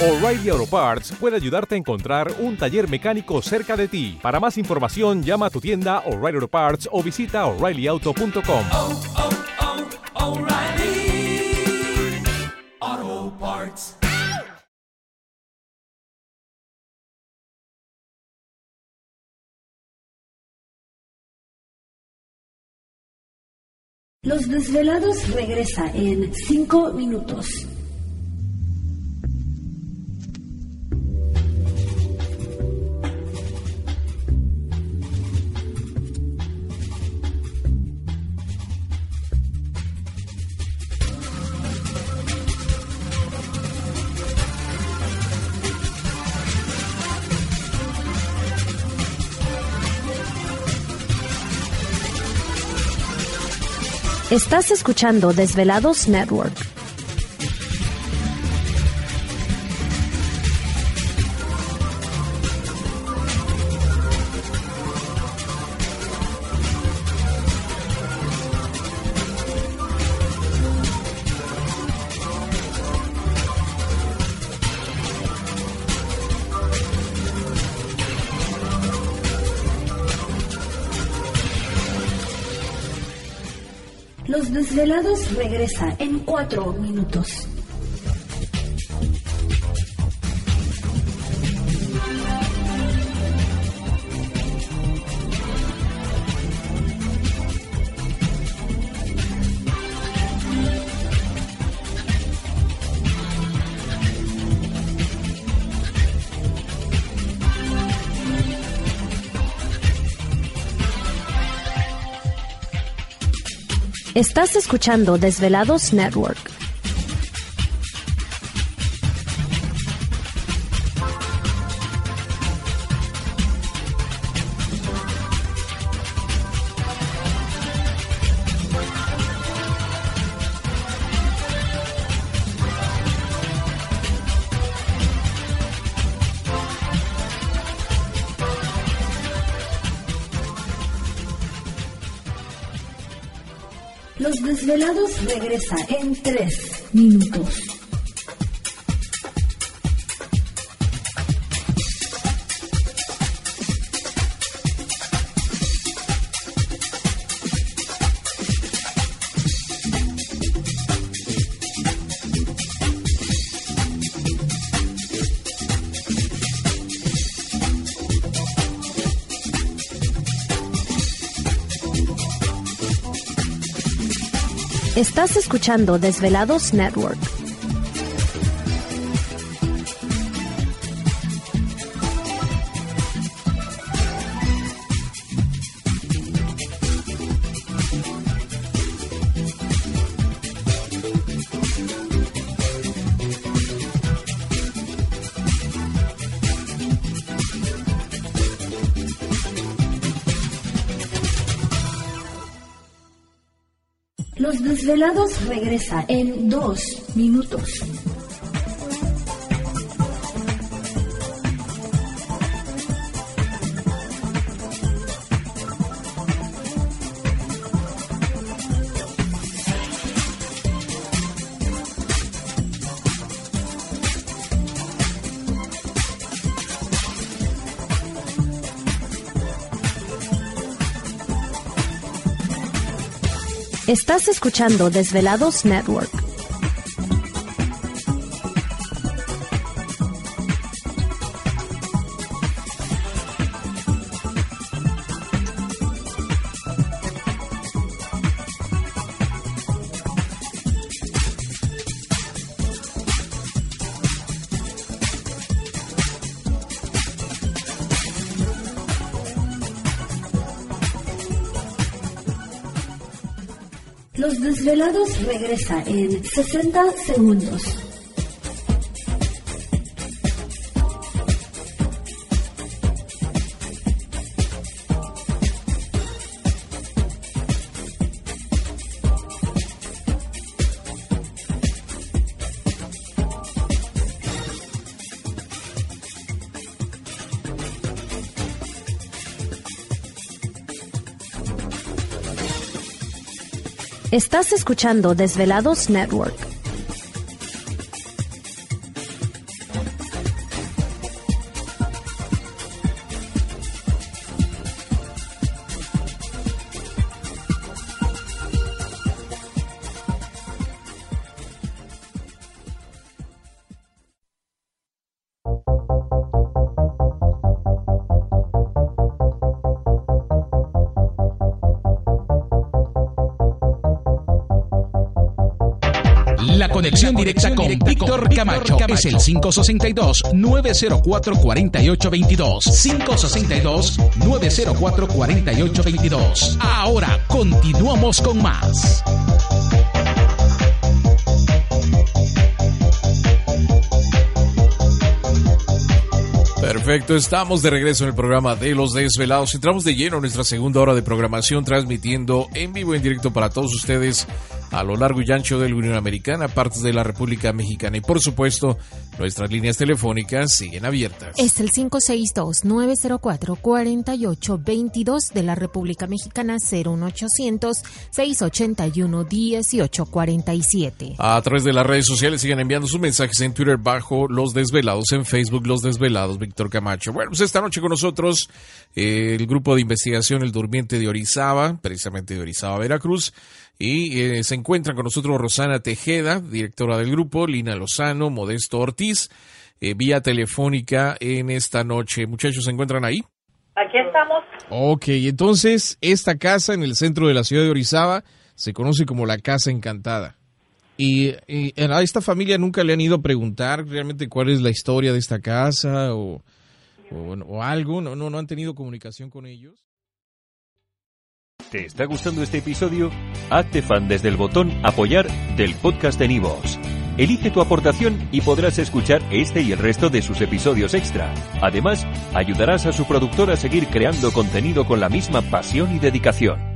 O'Reilly Auto Parts puede ayudarte a encontrar un taller mecánico cerca de ti. Para más información, llama a tu tienda O'Reilly Auto Parts o visita O'ReillyAuto.com. O'Reilly Auto Parts. Los Desvelados regresa en 5 minutos. Estás escuchando Desvelados Network. Los Desvelados regresa en 4 minutos. Estás escuchando Desvelados Network. Los Desvelados regresa en 3 minutos. Estás escuchando Desvelados Network. Los Desvelados regresa en 2 minutos. Estás escuchando Desvelados Network. Los Desvelados regresa en 60 segundos. Estás escuchando Desvelados Network. La conexión directa con Víctor Camacho es el 562-904-4822. 562-904-4822. Ahora continuamos con más. Perfecto, estamos de regreso en el programa de Los Desvelados. Entramos de lleno en nuestra segunda hora de programación, transmitiendo en vivo y en directo para todos ustedes a lo largo y ancho de la Unión Americana, partes de la República Mexicana. Y por supuesto, nuestras líneas telefónicas siguen abiertas. Es el 562-904-4822 de la República Mexicana, 01800-681-1847. A través de las redes sociales sigan enviando sus mensajes en Twitter bajo Los Desvelados, en Facebook Los Desvelados, Víctor Camacho. Bueno, pues esta noche con nosotros el grupo de investigación El Durmiente de Orizaba, precisamente de Orizaba, Veracruz. Y se encuentran con nosotros Rosana Tejeda, directora del grupo, Lina Lozano, Modesto Ortiz, vía telefónica en esta noche. Muchachos, ¿se encuentran ahí? Aquí estamos. Ok, entonces esta casa en el centro de la ciudad de Orizaba se conoce como la Casa Encantada. Y a esta familia nunca le han ido a preguntar realmente cuál es la historia de esta casa o algo. ¿No han tenido comunicación con ellos? ¿Te está gustando este episodio? Hazte fan desde el botón Apoyar del podcast de Nivos. Elige tu aportación y podrás escuchar este y el resto de sus episodios extra. Además, ayudarás a su productor a seguir creando contenido con la misma pasión y dedicación.